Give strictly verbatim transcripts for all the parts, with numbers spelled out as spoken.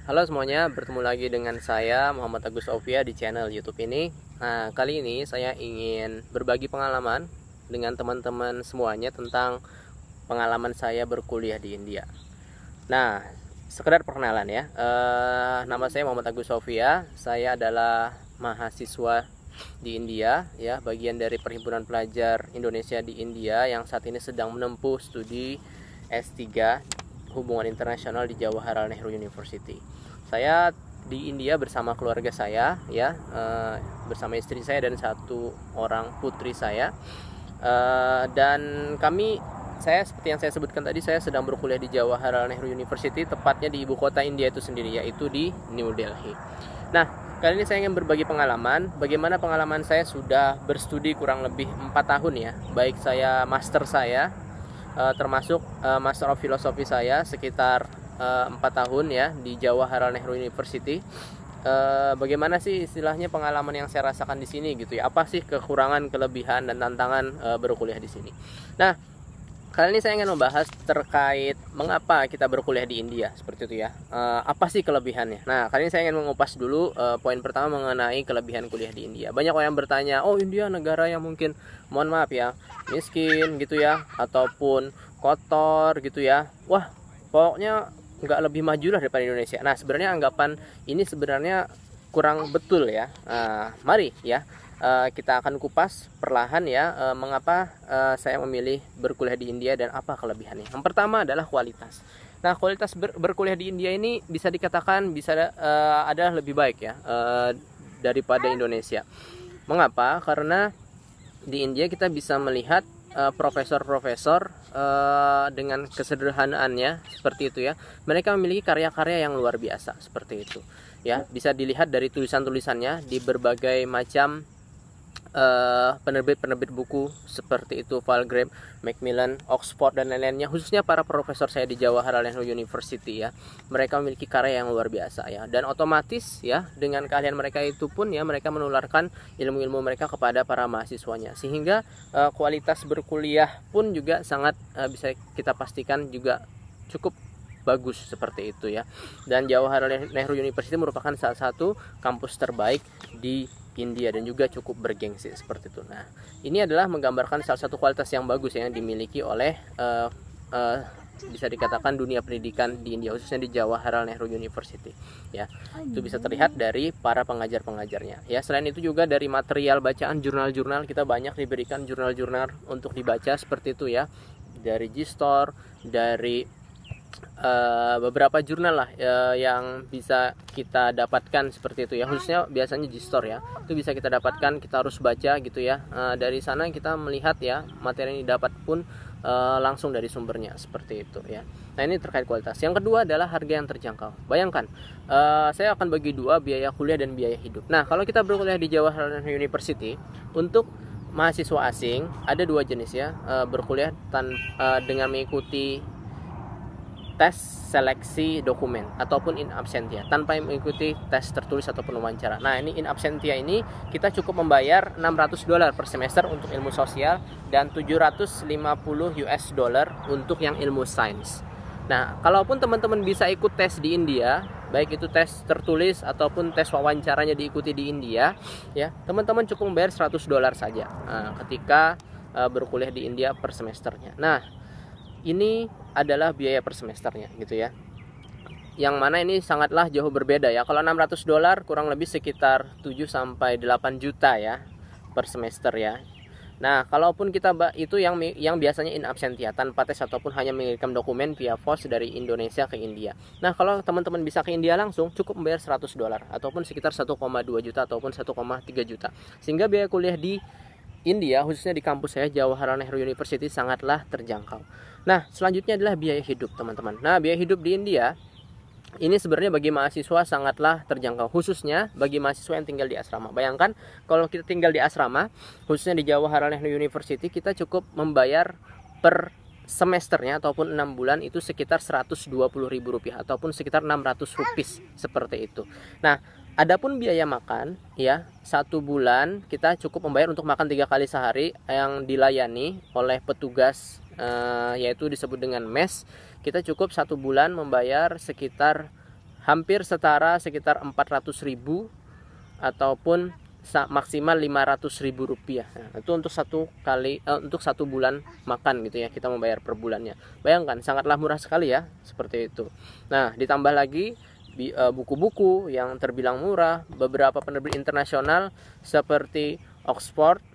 Halo semuanya, bertemu lagi dengan saya Muhammad Agus Sofia di channel YouTube ini. Nah, kali ini saya ingin berbagi pengalaman dengan teman-teman semuanya tentang pengalaman saya berkuliah di India. Nah, sekedar perkenalan ya. Eh, nama saya Muhammad Agus Sofia. Saya adalah mahasiswa di India, ya, bagian dari Perhimpunan Pelajar Indonesia di India yang saat ini sedang menempuh studi S tiga Hubungan Internasional di Jawaharlal Nehru University. Saya di India bersama keluarga saya, ya, eh, bersama istri saya dan satu orang putri saya. Eh, dan kami, saya seperti yang saya sebutkan tadi, saya sedang berkuliah di Jawaharlal Nehru University, tepatnya di ibu kota India itu sendiri, yaitu di New Delhi. Nah, kali ini saya ingin berbagi pengalaman, bagaimana pengalaman saya sudah berstudi kurang lebih empat tahun ya, baik saya master saya, Uh, termasuk uh, Master of Philosophy saya sekitar uh, empat tahun ya di Jawaharlal Nehru University. Uh, bagaimana sih istilahnya pengalaman yang saya rasakan di sini gitu ya? Apa sih kekurangan, kelebihan dan tantangan uh, berkuliah di sini? Nah, kali ini saya ingin membahas terkait mengapa kita berkuliah di India seperti itu ya. Uh, apa sih kelebihannya? Nah, kali ini saya ingin mengupas dulu uh, poin pertama mengenai kelebihan kuliah di India. Banyak orang yang bertanya, oh India negara yang mungkin, mohon maaf ya, miskin gitu ya, ataupun kotor gitu ya. Wah, pokoknya nggak lebih maju lah daripada Indonesia. Nah, sebenarnya anggapan ini sebenarnya kurang betul ya. Uh, mari ya. Uh, kita akan kupas perlahan ya uh, mengapa uh, saya memilih berkuliah di India dan apa kelebihannya. Yang pertama adalah kualitas. Nah, kualitas ber berkuliah di India ini bisa dikatakan bisa uh, adalah lebih baik ya uh, daripada Indonesia. Mengapa? Karena di India kita bisa melihat profesor-profesor uh, uh, dengan kesederhanaannya seperti itu ya. Mereka memiliki karya-karya yang luar biasa seperti itu. Ya, bisa dilihat dari tulisan-tulisannya di berbagai macam Uh, penerbit-penerbit buku seperti itu Palgrave, Macmillan, Oxford dan lain-lainnya, khususnya para profesor saya di Jawaharlal Nehru University ya. Mereka memiliki karya yang luar biasa ya, dan otomatis ya dengan keahlian mereka itu pun ya mereka menularkan ilmu-ilmu mereka kepada para mahasiswanya, sehingga uh, kualitas berkuliah pun juga sangat uh, bisa kita pastikan juga cukup bagus seperti itu ya. Dan Jawaharlal Nehru University merupakan salah satu kampus terbaik di India dan juga cukup bergengsi seperti itu. Nah, ini adalah menggambarkan salah satu kualitas yang bagus yang dimiliki oleh uh, uh, bisa dikatakan dunia pendidikan di India, khususnya di Jawaharlal Nehru University ya. Itu bisa terlihat dari para pengajar-pengajarnya ya. Selain itu juga dari material bacaan jurnal-jurnal, kita banyak diberikan jurnal-jurnal untuk dibaca seperti itu ya, dari G-Store, dari Uh, beberapa jurnal lah uh, yang bisa kita dapatkan seperti itu ya, khususnya biasanya G-Store ya, itu bisa kita dapatkan, kita harus baca gitu ya. Uh, dari sana kita melihat ya materi yang didapat pun uh, langsung dari sumbernya seperti itu ya. Nah, ini terkait kualitas. Yang kedua adalah harga yang terjangkau. Bayangkan, uh, saya akan bagi dua, biaya kuliah dan biaya hidup. Nah, kalau kita berkuliah di Jawaharlal University, untuk mahasiswa asing ada dua jenis ya, uh, berkuliah tan uh, dengan mengikuti tes seleksi dokumen ataupun in absentia tanpa mengikuti tes tertulis ataupun wawancara. Nah, ini in absentia ini kita cukup membayar enam ratus dolar per semester untuk ilmu sosial dan tujuh ratus lima puluh US dollar untuk yang ilmu sains. Nah, kalaupun teman-teman bisa ikut tes di India, baik itu tes tertulis ataupun tes wawancaranya diikuti di India ya, teman-teman cukup membayar seratus dolar saja nah, ketika uh, berkuliah di India per semesternya. Nah, ini adalah biaya per semesternya gitu ya. Yang mana ini sangatlah jauh berbeda ya. Kalau enam ratus dolar kurang lebih sekitar tujuh sampai delapan juta ya per semester ya. Nah, kalaupun kita itu yang yang biasanya in absentia tanpa tes ataupun hanya mengirimkan dokumen via pos dari Indonesia ke India. Nah, kalau teman-teman bisa ke India langsung cukup membayar seratus dolar ataupun sekitar satu koma dua juta ataupun satu koma tiga juta. Sehingga biaya kuliah di India, khususnya di kampus saya Jawaharlal Nehru University, sangatlah terjangkau. Nah, selanjutnya adalah biaya hidup teman-teman. Nah, biaya hidup di India ini sebenarnya bagi mahasiswa sangatlah terjangkau, khususnya bagi mahasiswa yang tinggal di asrama. Bayangkan kalau kita tinggal di asrama, khususnya di Jawaharlal Nehru University, kita cukup membayar per semesternya ataupun enam bulan itu sekitar seratus dua puluh ribu rupiah ataupun sekitar enam ratus rupiah seperti itu. Nah, adapun biaya makan ya, satu bulan kita cukup membayar untuk makan tiga kali sehari yang dilayani oleh petugas uh, yaitu disebut dengan mes. Kita cukup satu bulan membayar sekitar hampir setara sekitar empat ratus ribu ataupun maksimal lima ratus ribu rupiah. Nah, itu untuk satu kali eh, untuk satu bulan makan gitu ya, kita membayar per bulannya. Bayangkan sangatlah murah sekali ya, seperti itu. Nah, ditambah lagi buku-buku yang terbilang murah, beberapa penerbit internasional seperti Oxford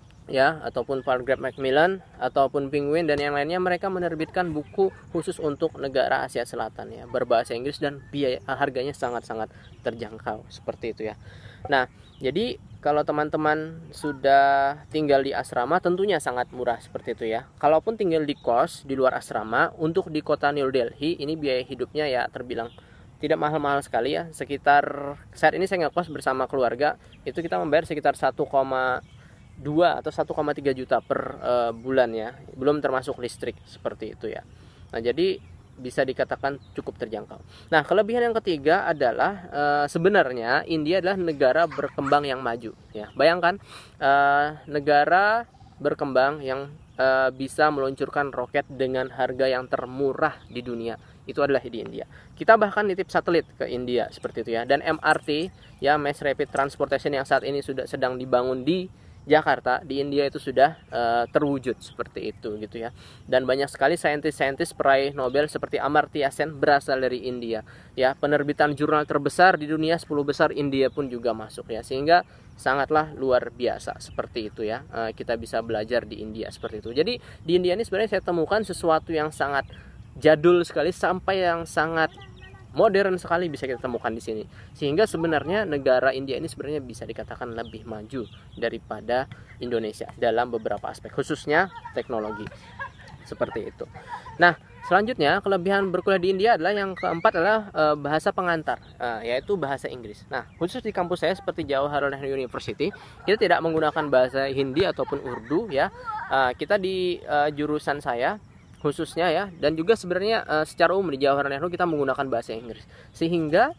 ya, ataupun Palgrave Macmillan ataupun Penguin dan yang lainnya, mereka menerbitkan buku khusus untuk negara Asia Selatan ya, berbahasa Inggris dan biaya harganya sangat-sangat terjangkau, seperti itu ya. Nah, jadi kalau teman-teman sudah tinggal di asrama tentunya sangat murah seperti itu ya. Kalaupun tinggal di kos di luar asrama, untuk di kota New Delhi ini biaya hidupnya ya terbilang tidak mahal-mahal sekali ya. Sekitar saat ini saya ngekos bersama keluarga, itu kita membayar sekitar satu koma dua atau satu koma tiga juta per uh, bulan ya, belum termasuk listrik, seperti itu ya. Nah, jadi bisa dikatakan cukup terjangkau. Nah, kelebihan yang ketiga adalah uh, sebenarnya India adalah negara berkembang yang maju ya. Bayangkan uh, negara berkembang yang uh, bisa meluncurkan roket dengan harga yang termurah di dunia, itu adalah di India. Kita bahkan nitip satelit ke India, seperti itu ya. Dan M R T ya, Mass Rapid Transportation, yang saat ini sudah sedang dibangun di Jakarta, di India itu sudah uh, terwujud seperti itu gitu ya. Dan banyak sekali saintis-saintis peraih Nobel seperti Amartya Sen berasal dari India ya. Penerbitan jurnal terbesar di dunia, sepuluh besar, India pun juga masuk ya. Sehingga sangatlah luar biasa seperti itu ya. Uh, kita bisa belajar di India seperti itu. Jadi di India ini sebenarnya saya temukan sesuatu yang sangat jadul sekali sampai yang sangat modern sekali bisa kita temukan di sini. Sehingga sebenarnya negara India ini sebenarnya bisa dikatakan lebih maju daripada Indonesia dalam beberapa aspek, khususnya teknologi. Seperti itu. Nah, selanjutnya kelebihan berkuliah di India adalah yang keempat adalah e, bahasa pengantar, e, yaitu bahasa Inggris. Nah, khusus di kampus saya seperti Jawaharlal Nehru University, kita tidak menggunakan bahasa Hindi ataupun Urdu ya. E, kita di e, jurusan saya khususnya ya, dan juga sebenarnya uh, secara umum di Jawaharlal Nehru kita menggunakan bahasa Inggris, sehingga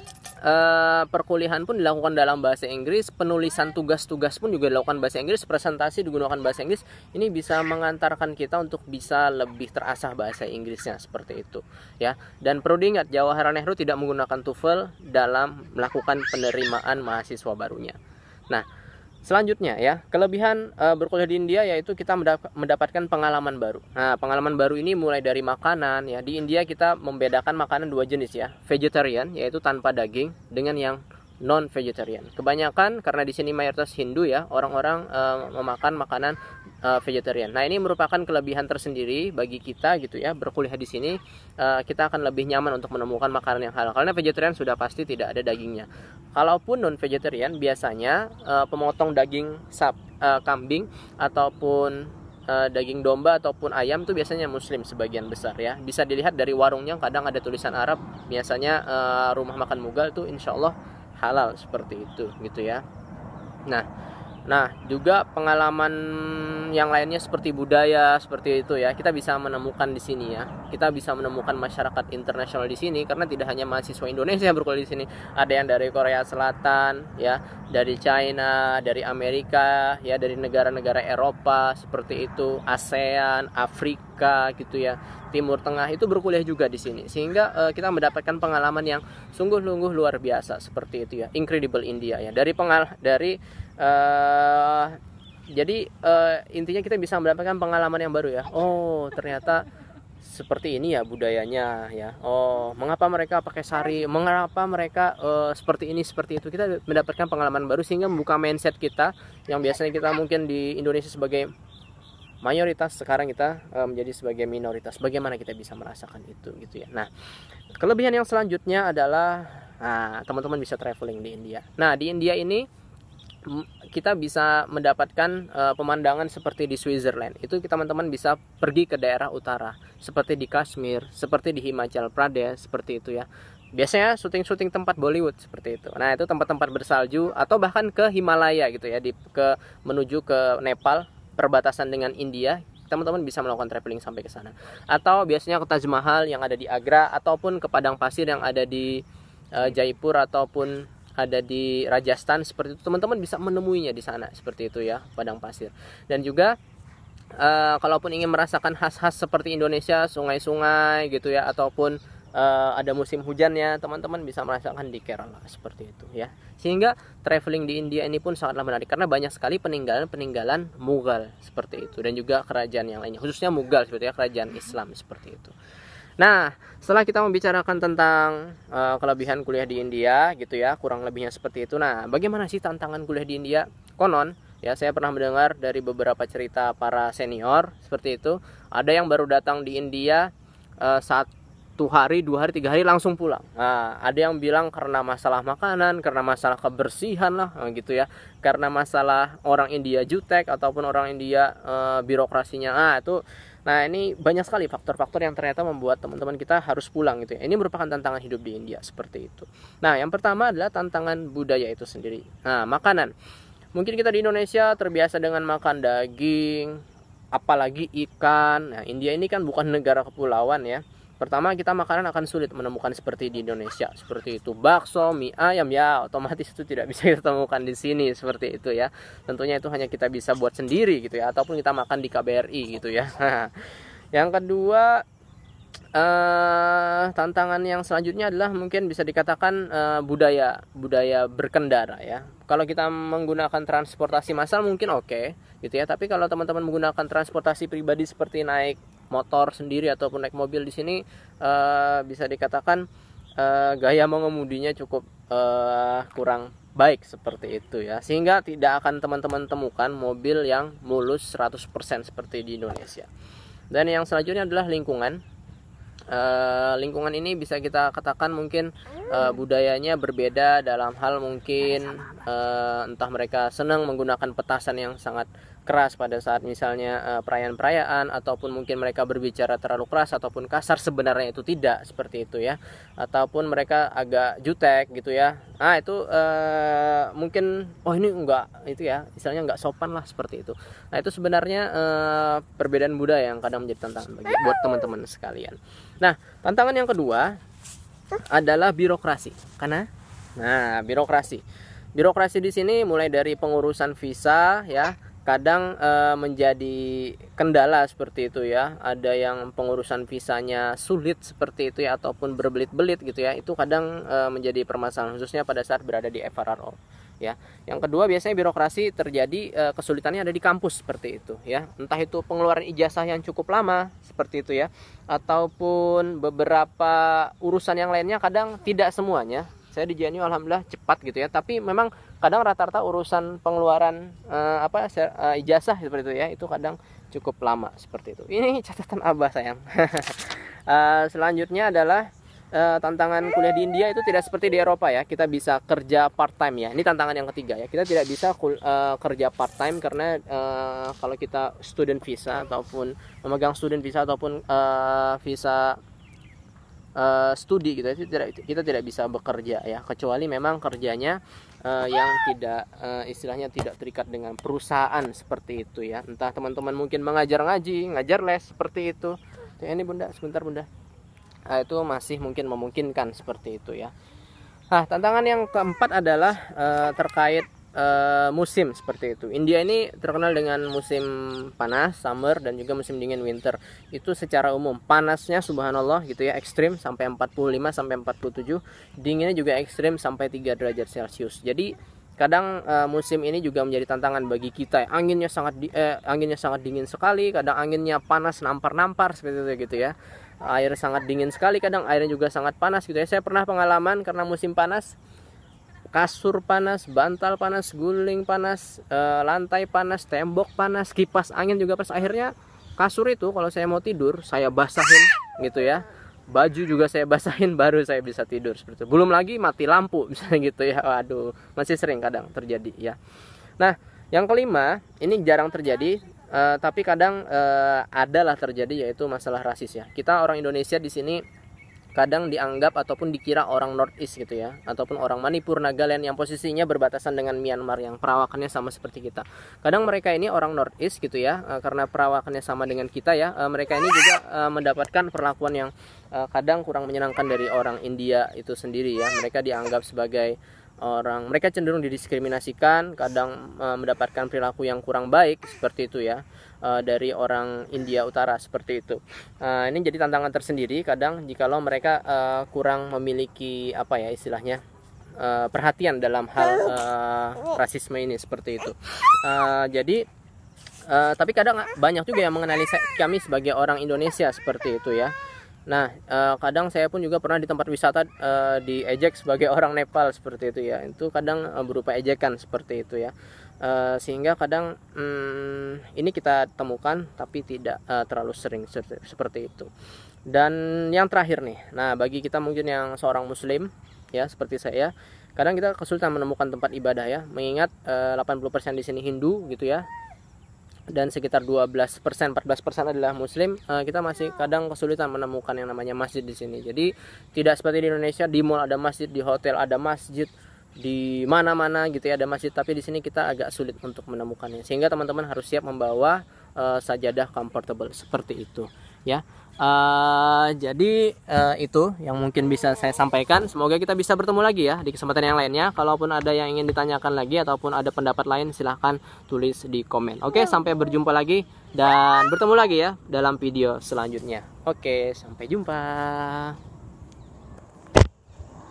uh, perkuliahan pun dilakukan dalam bahasa Inggris, penulisan tugas-tugas pun juga dilakukan bahasa Inggris, presentasi digunakan bahasa Inggris. Ini bisa mengantarkan kita untuk bisa lebih terasah bahasa Inggrisnya, seperti itu ya. Dan perlu diingat, Jawaharlal Nehru tidak menggunakan TOEFL dalam melakukan penerimaan mahasiswa barunya. Nah, selanjutnya ya, kelebihan e, berkuliah di India yaitu kita mendapatkan pengalaman baru. Nah, pengalaman baru ini mulai dari makanan ya. Di India kita membedakan makanan dua jenis ya, vegetarian yaitu tanpa daging dengan yang non vegetarian. Kebanyakan karena di sini mayoritas Hindu ya, orang-orang e, memakan makanan e, vegetarian. Nah, ini merupakan kelebihan tersendiri bagi kita gitu ya, berkuliah di sini e, kita akan lebih nyaman untuk menemukan makanan yang halal. Karena vegetarian sudah pasti tidak ada dagingnya. Kalaupun non vegetarian biasanya e, pemotong daging sap, e, kambing ataupun e, daging domba ataupun ayam itu biasanya Muslim sebagian besar ya. Bisa dilihat dari warungnya, kadang ada tulisan Arab. Biasanya e, rumah makan Mughal itu insya Allah halal, seperti itu gitu ya. Nah, nah juga pengalaman yang lainnya seperti budaya seperti itu ya, kita bisa menemukan di sini ya. Kita bisa menemukan masyarakat internasional di sini karena tidak hanya mahasiswa Indonesia yang berkuliah di sini, ada yang dari Korea Selatan ya, dari China, dari Amerika ya, dari negara-negara Eropa seperti itu, ASEAN, Afrika gitu ya, Timur Tengah itu berkuliah juga di sini, sehingga uh, kita mendapatkan pengalaman yang sungguh-sungguh luar biasa seperti itu ya. Incredible India ya. Dari pengal dari uh, jadi uh, intinya kita bisa mendapatkan pengalaman yang baru ya. Oh, ternyata seperti ini ya budayanya ya. Oh, mengapa mereka pakai sari? Mengapa mereka uh, seperti ini seperti itu? Kita mendapatkan pengalaman baru sehingga membuka mindset kita yang biasanya kita mungkin di Indonesia sebagai mayoritas, sekarang kita uh, menjadi sebagai minoritas. Bagaimana kita bisa merasakan itu gitu ya. Nah, kelebihan yang selanjutnya adalah nah, teman-teman bisa traveling di India. Nah, di India ini kita bisa mendapatkan uh, pemandangan seperti di Switzerland. Itu teman-teman bisa pergi ke daerah utara seperti di Kashmir, seperti di Himachal Pradesh, seperti itu ya. Biasanya syuting-syuting tempat Bollywood seperti itu. Nah, itu tempat-tempat bersalju atau bahkan ke Himalaya gitu ya, di ke menuju ke Nepal, perbatasan dengan India. Teman-teman bisa melakukan traveling sampai ke sana. Atau biasanya ke Taj Mahal yang ada di Agra, ataupun ke padang pasir yang ada di uh, Jaipur ataupun ada di Rajasthan seperti itu. Teman-teman bisa menemuinya di sana seperti itu ya, padang pasir. Dan juga uh, kalaupun ingin merasakan khas-khas seperti Indonesia, sungai-sungai gitu ya, ataupun uh, ada musim hujannya, teman-teman bisa merasakan di Kerala seperti itu ya. Sehingga traveling di India ini pun sangatlah menarik karena banyak sekali peninggalan-peninggalan Mughal seperti itu, dan juga kerajaan yang lainnya, khususnya Mughal seperti ya, kerajaan Islam seperti itu. Nah, setelah kita membicarakan tentang uh, kelebihan kuliah di India gitu ya, kurang lebihnya seperti itu. Nah, bagaimana sih tantangan kuliah di India? Konon ya, saya pernah mendengar dari beberapa cerita para senior seperti itu, ada yang baru datang di India uh, satu hari, dua hari, tiga hari langsung pulang. Nah, ada yang bilang karena masalah makanan, karena masalah kebersihan lah gitu ya, karena masalah orang India jutek ataupun orang India uh, birokrasinya. Ah, itu Nah, ini banyak sekali faktor-faktor yang ternyata membuat teman-teman kita harus pulang gitu ya. Ini merupakan tantangan hidup di India seperti itu. Nah, yang pertama adalah tantangan budaya itu sendiri. Nah, makanan. Mungkin kita di Indonesia terbiasa dengan makan daging, apalagi ikan. Nah, India ini kan bukan negara kepulauan ya. Pertama, kita makanan akan sulit menemukan seperti di Indonesia, seperti itu bakso, mie ayam ya, otomatis itu tidak bisa kita temukan di sini seperti itu ya. Tentunya itu hanya kita bisa buat sendiri gitu ya, ataupun kita makan di K B R I gitu ya. Yang kedua, eh, tantangan yang selanjutnya adalah mungkin bisa dikatakan eh, budaya budaya berkendara ya. Kalau kita menggunakan transportasi massal mungkin oke gitu ya, tapi kalau teman-teman menggunakan transportasi pribadi seperti naik motor sendiri ataupun naik mobil di sini, uh, bisa dikatakan uh, gaya mengemudinya cukup uh, kurang baik seperti itu ya, sehingga tidak akan teman-teman temukan mobil yang mulus seratus persen seperti di Indonesia. Dan yang selanjutnya adalah lingkungan. Uh, lingkungan ini bisa kita katakan mungkin uh, budayanya berbeda dalam hal mungkin uh, entah mereka senang menggunakan petasan yang sangat keras pada saat misalnya uh, perayaan-perayaan, ataupun mungkin mereka berbicara terlalu keras ataupun kasar, sebenarnya itu tidak seperti itu ya, ataupun mereka agak jutek gitu ya. Nah, itu uh, mungkin oh ini enggak itu ya, istilahnya enggak sopan lah seperti itu. Nah, itu sebenarnya uh, perbedaan budaya yang kadang menjadi tantangan bagi buat teman-teman sekalian. Nah, tantangan yang kedua adalah birokrasi. Karena nah, birokrasi. Birokrasi di sini mulai dari pengurusan visa ya, kadang e, menjadi kendala seperti itu ya. Ada yang pengurusan visanya sulit seperti itu ya, ataupun berbelit-belit gitu ya. Itu kadang e, menjadi permasalahan khususnya pada saat berada di F R R O ya. Yang kedua, biasanya birokrasi terjadi e, kesulitannya ada di kampus seperti itu ya. Entah itu pengeluaran ijazah yang cukup lama seperti itu ya, ataupun beberapa urusan yang lainnya, kadang tidak semuanya. Saya di J N U alhamdulillah cepat gitu ya, tapi memang kadang rata-rata urusan pengeluaran uh, apa uh, ijazah seperti itu ya, itu kadang cukup lama seperti itu. Ini catatan Abah sayang. uh, selanjutnya adalah uh, tantangan kuliah di India itu tidak seperti di Eropa ya. Kita bisa kerja part time ya. Ini tantangan yang ketiga ya. Kita tidak bisa uh, kerja part time karena uh, kalau kita student visa ataupun memegang student visa ataupun uh, visa Uh, studi gitu, itu tidak, kita tidak bisa bekerja ya, kecuali memang kerjanya uh, yang tidak uh, istilahnya tidak terikat dengan perusahaan seperti itu ya. Entah teman-teman mungkin mengajar ngaji, ngajar les seperti itu. Ya, ini bunda, sebentar bunda. Nah, itu masih mungkin memungkinkan seperti itu ya. Nah, tantangan yang keempat adalah uh, terkait Uh, musim seperti itu. India ini terkenal dengan musim panas, summer, dan juga musim dingin, winter. Itu secara umum. Panasnya subhanallah gitu ya, ekstrim sampai empat puluh lima sampai empat puluh tujuh. Dinginnya juga ekstrim sampai tiga derajat Celcius. Jadi kadang uh, musim ini juga menjadi tantangan bagi kita. Anginnya sangat di, eh, anginnya sangat dingin sekali, kadang anginnya panas nampar-nampar seperti itu gitu ya. Air sangat dingin sekali, kadang airnya juga sangat panas gitu ya. Saya pernah pengalaman karena musim panas, kasur panas, bantal panas, guling panas, e, lantai panas, tembok panas, kipas angin juga panas. Akhirnya kasur itu kalau saya mau tidur saya basahin gitu ya, baju juga saya basahin baru saya bisa tidur seperti itu. Belum lagi mati lampu misalnya gitu ya. Waduh, masih sering kadang terjadi ya. Nah, yang kelima ini jarang terjadi, e, tapi kadang e, adalah terjadi, yaitu masalah rasis ya. Kita orang Indonesia di sini kadang dianggap ataupun dikira orang North East gitu ya, ataupun orang Manipur, Nagaland yang posisinya berbatasan dengan Myanmar yang perawakannya sama seperti kita. Kadang mereka ini orang North East gitu ya, karena perawakannya sama dengan kita ya, mereka ini juga mendapatkan perlakuan yang kadang kurang menyenangkan dari orang India itu sendiri ya. Mereka dianggap sebagai orang mereka cenderung didiskriminasikan, kadang uh, mendapatkan perilaku yang kurang baik seperti itu ya, uh, dari orang India Utara seperti itu. Uh, ini jadi tantangan tersendiri kadang jikalau mereka uh, kurang memiliki apa ya istilahnya uh, perhatian dalam hal uh, rasisme ini seperti itu. Uh, jadi uh, tapi kadang banyak juga yang mengenali kami sebagai orang Indonesia seperti itu ya. Nah, eh, kadang saya pun juga pernah di tempat wisata eh, diejek sebagai orang Nepal seperti itu ya. Itu kadang eh, berupa ejekan seperti itu ya. Eh, sehingga kadang hmm, ini kita temukan tapi tidak eh, terlalu sering seperti itu. Dan yang terakhir nih. Nah, bagi kita mungkin yang seorang muslim ya seperti saya, kadang kita kesulitan menemukan tempat ibadah ya. Mengingat eh, delapan puluh persen di sini Hindu gitu ya. Dan sekitar dua belas persen, empat belas persen adalah muslim, kita masih kadang kesulitan menemukan yang namanya masjid di sini. Jadi tidak seperti di Indonesia, di mall ada masjid, di hotel ada masjid, di mana-mana gitu ya ada masjid, tapi di sini kita agak sulit untuk menemukannya. Sehingga teman-teman harus siap membawa uh, sajadah comfortable seperti itu ya. Uh, jadi uh, itu yang mungkin bisa saya sampaikan. Semoga kita bisa bertemu lagi ya di kesempatan yang lainnya. Kalaupun ada yang ingin ditanyakan lagi ataupun ada pendapat lain, silahkan tulis di komen. Oke, sampai berjumpa lagi dan bertemu lagi ya dalam video selanjutnya. Oke, sampai jumpa.